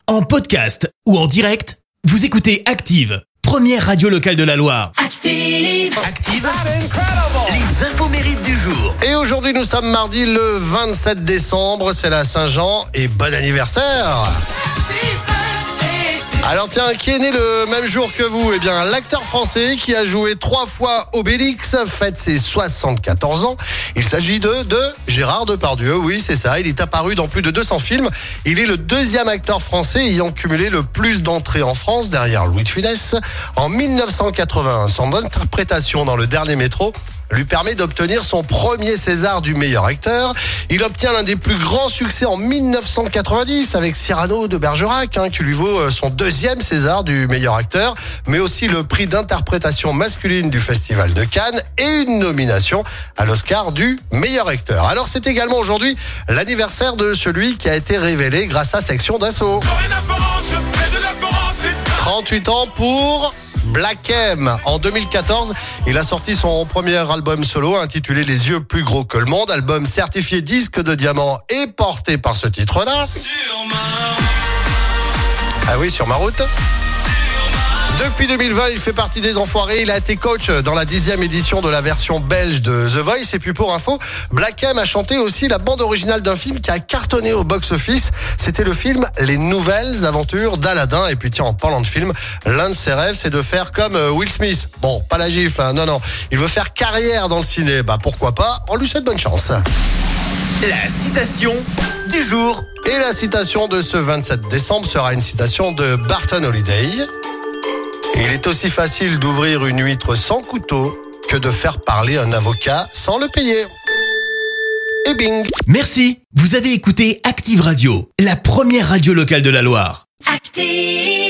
En podcast ou en direct, vous écoutez Active, première radio locale de la Loire. Active, les infos mérites du jour. Et aujourd'hui, nous sommes mardi le 27 décembre, c'est la Saint-Jean et bon anniversaire. Alors tiens, qui est né le même jour que vous ? Eh bien, l'acteur français qui a joué 3 fois Obélix fête ses 74 ans. Il s'agit de Gérard Depardieu, oui c'est ça, il est apparu dans plus de 200 films. Il est le deuxième acteur français ayant cumulé le plus d'entrées en France derrière Louis de Funès. En 1981, son interprétation dans Le Dernier Métro lui permet d'obtenir son premier César du meilleur acteur. Il obtient l'un des plus grands succès en 1990 avec Cyrano de Bergerac, qui lui vaut son deuxième César du meilleur acteur, mais aussi le prix d'interprétation masculine du Festival de Cannes et une nomination à l'Oscar du meilleur acteur. Alors c'est également aujourd'hui l'anniversaire de celui qui a été révélé grâce à Section d'Assaut. 38 ans pour Black M. En 2014, il a sorti son premier album solo intitulé Les yeux plus gros que le monde, album certifié disque de diamant et porté par ce titre-là. Ah oui, Sur ma route. Depuis 2020, il fait partie des Enfoirés. Il a été coach dans la 10e édition de la version belge de The Voice. Et puis pour info, Black M a chanté aussi la bande originale d'un film qui a cartonné au box-office. C'était le film Les Nouvelles Aventures d'Aladin. Et puis tiens, en parlant de film, l'un de ses rêves, c'est de faire comme Will Smith. Bon, pas la gifle, non. Il veut faire carrière dans le ciné. Pourquoi pas ? On lui souhaite bonne chance. La citation du jour. Et la citation de ce 27 décembre sera une citation de Barton Holiday. Il est aussi facile d'ouvrir une huître sans couteau que de faire parler un avocat sans le payer. Et bing! Merci. Vous avez écouté Active Radio, la première radio locale de la Loire. Active!